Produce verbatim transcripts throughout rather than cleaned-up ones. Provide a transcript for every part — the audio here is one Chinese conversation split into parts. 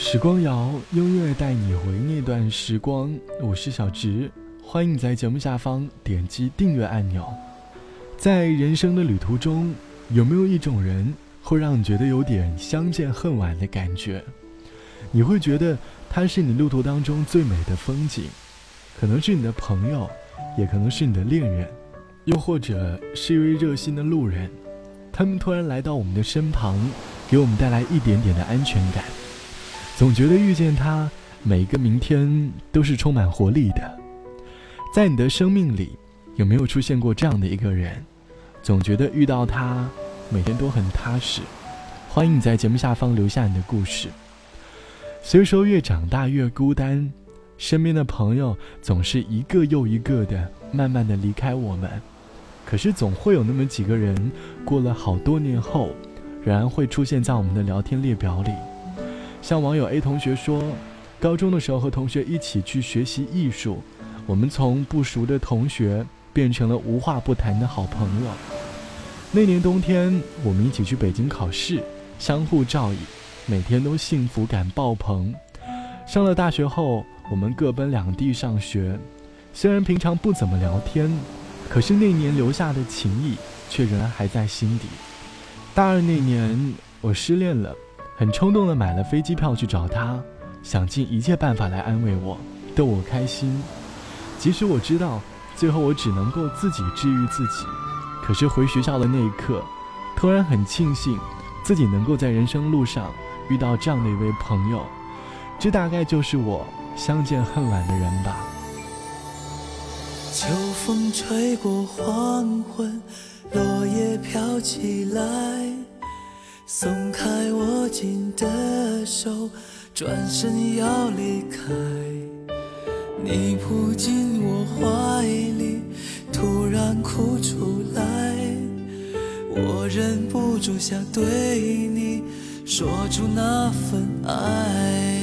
时光谣，音乐带你回那段时光。我是小直，欢迎你在节目下方点击订阅按钮。在人生的旅途中，有没有一种人会让你觉得有点相见恨晚的感觉？你会觉得他是你路途当中最美的风景，可能是你的朋友，也可能是你的恋人，又或者是一位热心的路人。他们突然来到我们的身旁，给我们带来一点点的安全感，总觉得遇见他，每一个明天都是充满活力的。在你的生命里，有没有出现过这样的一个人，总觉得遇到他每天都很踏实？欢迎你在节目下方留下你的故事。虽说越长大越孤单，身边的朋友总是一个又一个的慢慢的离开我们，可是总会有那么几个人，过了好多年后，仍然会出现在我们的聊天列表里。像网友 A 同学说，高中的时候和同学一起去学习艺术，我们从不熟的同学变成了无话不谈的好朋友。那年冬天，我们一起去北京考试，相互照应，每天都幸福感爆棚。上了大学后，我们各奔两地上学，虽然平常不怎么聊天，可是那年留下的情谊却仍然还在心底。大二那年，我失恋了，很冲动地买了飞机票去找他，想尽一切办法来安慰我，逗我开心。即使我知道最后我只能够自己治愈自己，可是回学校的那一刻，突然很庆幸自己能够在人生路上遇到这样的一位朋友，这大概就是我相见恨晚的人吧。 秋风吹过黄昏，落叶飘起来，松开握紧的手，转身要离开。你扑进我怀里，突然哭出来，我忍不住想对你说出那份爱。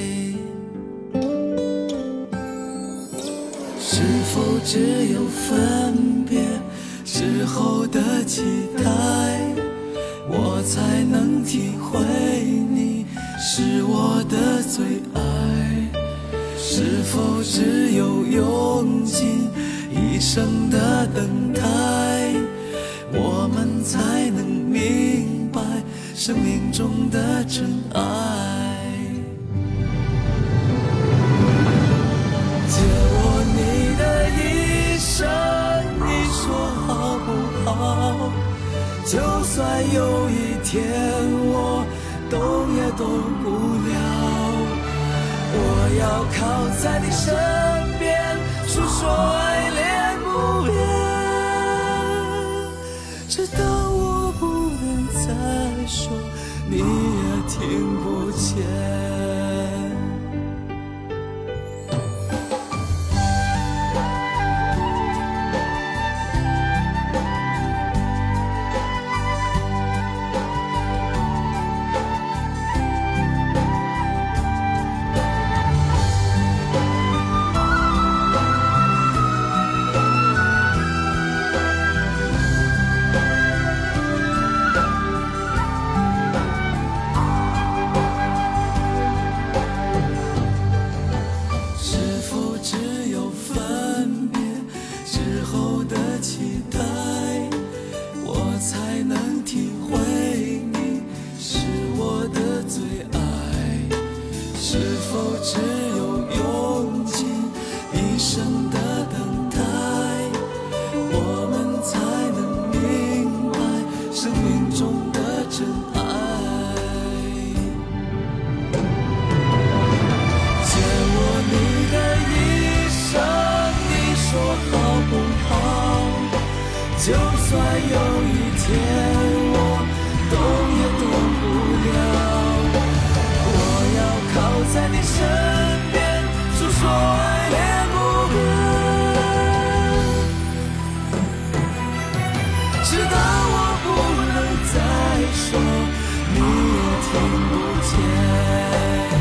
是否只有分别之后的期待，我才能体会你是我的最爱？是否只有用尽一生的等待，我们才能明白生命中的真爱？借我你的一生，你说好不好？就算有一天我动也动不了，我要靠在你身边，诉说爱恋不了，直到我不能再说，你也听不见。就算有一天我动也动不了，我要靠在你身边，诉说爱恋不变，直到我不能再说，你也听不见。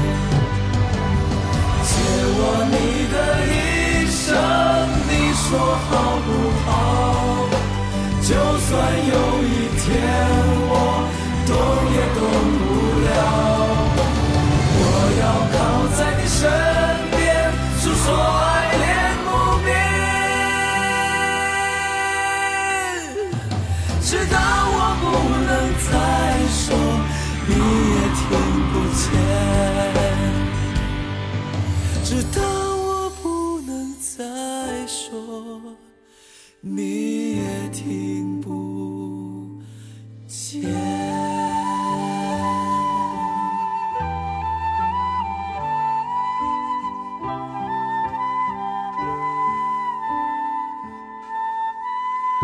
借我你的一生，你说好不好？就算有一天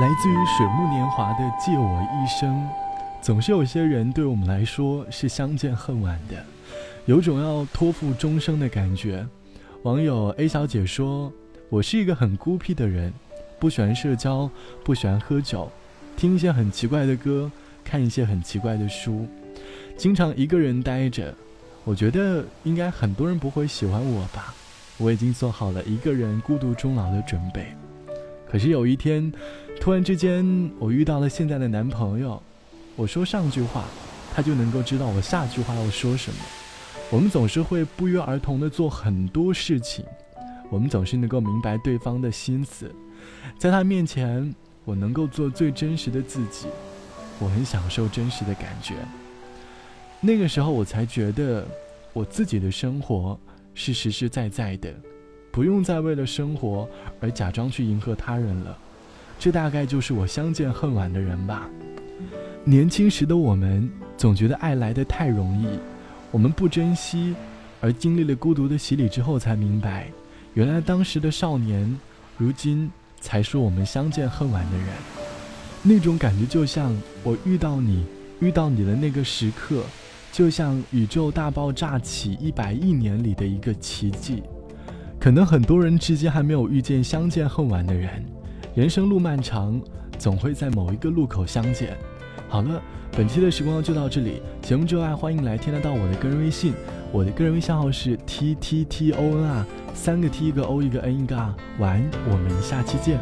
来自于水木年华的《借我一生》。总是有些人对我们来说是相见恨晚的，有种要托付终生的感觉。网友 A 小姐说，我是一个很孤僻的人，不喜欢社交，不喜欢喝酒，听一些很奇怪的歌，看一些很奇怪的书，经常一个人待着。我觉得应该很多人不会喜欢我吧，我已经做好了一个人孤独终老的准备。可是有一天，突然之间我遇到了现在的男朋友，我说上句话，他就能够知道我下句话要说什么。我们总是会不约而同地做很多事情，我们总是能够明白对方的心思，在他面前我能够做最真实的自己，我很享受真实的感觉。那个时候我才觉得我自己的生活是实实在在的，不用再为了生活而假装去迎合他人了。这大概就是我相见恨晚的人吧。年轻时的我们总觉得爱来得太容易，我们不珍惜，而经历了孤独的洗礼之后才明白，原来当时的少年如今才是我们相见恨晚的人。那种感觉就像我遇到你遇到你的那个时刻，就像宇宙大爆炸起一百亿年里的一个奇迹。可能很多人之间还没有遇见相见恨晚的人，人生路漫长，总会在某一个路口相见。好了，本期的时光就到这里，节目之外欢迎来添加到我的个人微信，我的个人微信号是 T T T O N 啊，三个 T 一个 O 一个 N 一个 R， 晚安，我们下期见。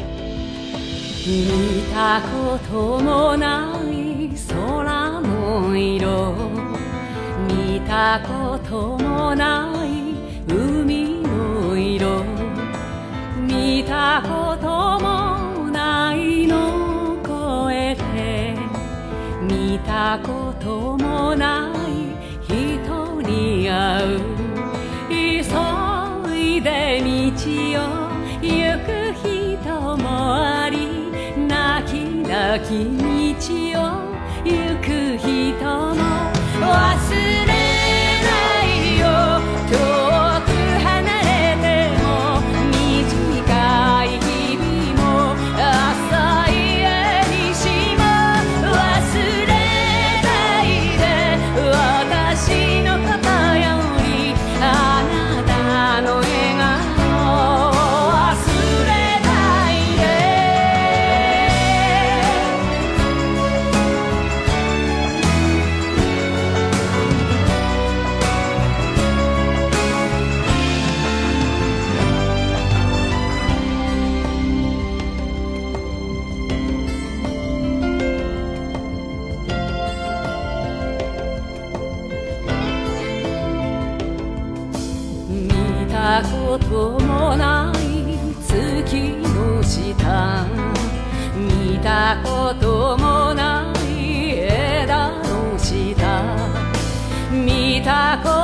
見たこともない空の色、見たこともない海の色、見たこともないの越えて、見たこともない人に会う、急いで道を行く人もあり、泣き泣き道を行く人も忘れないよ、遠く離れても短い日々も浅い縁も忘れないで、私のことよりあなたの笑顔忘れないで。見たこともない月の下、見たこともない枝の下、見たこと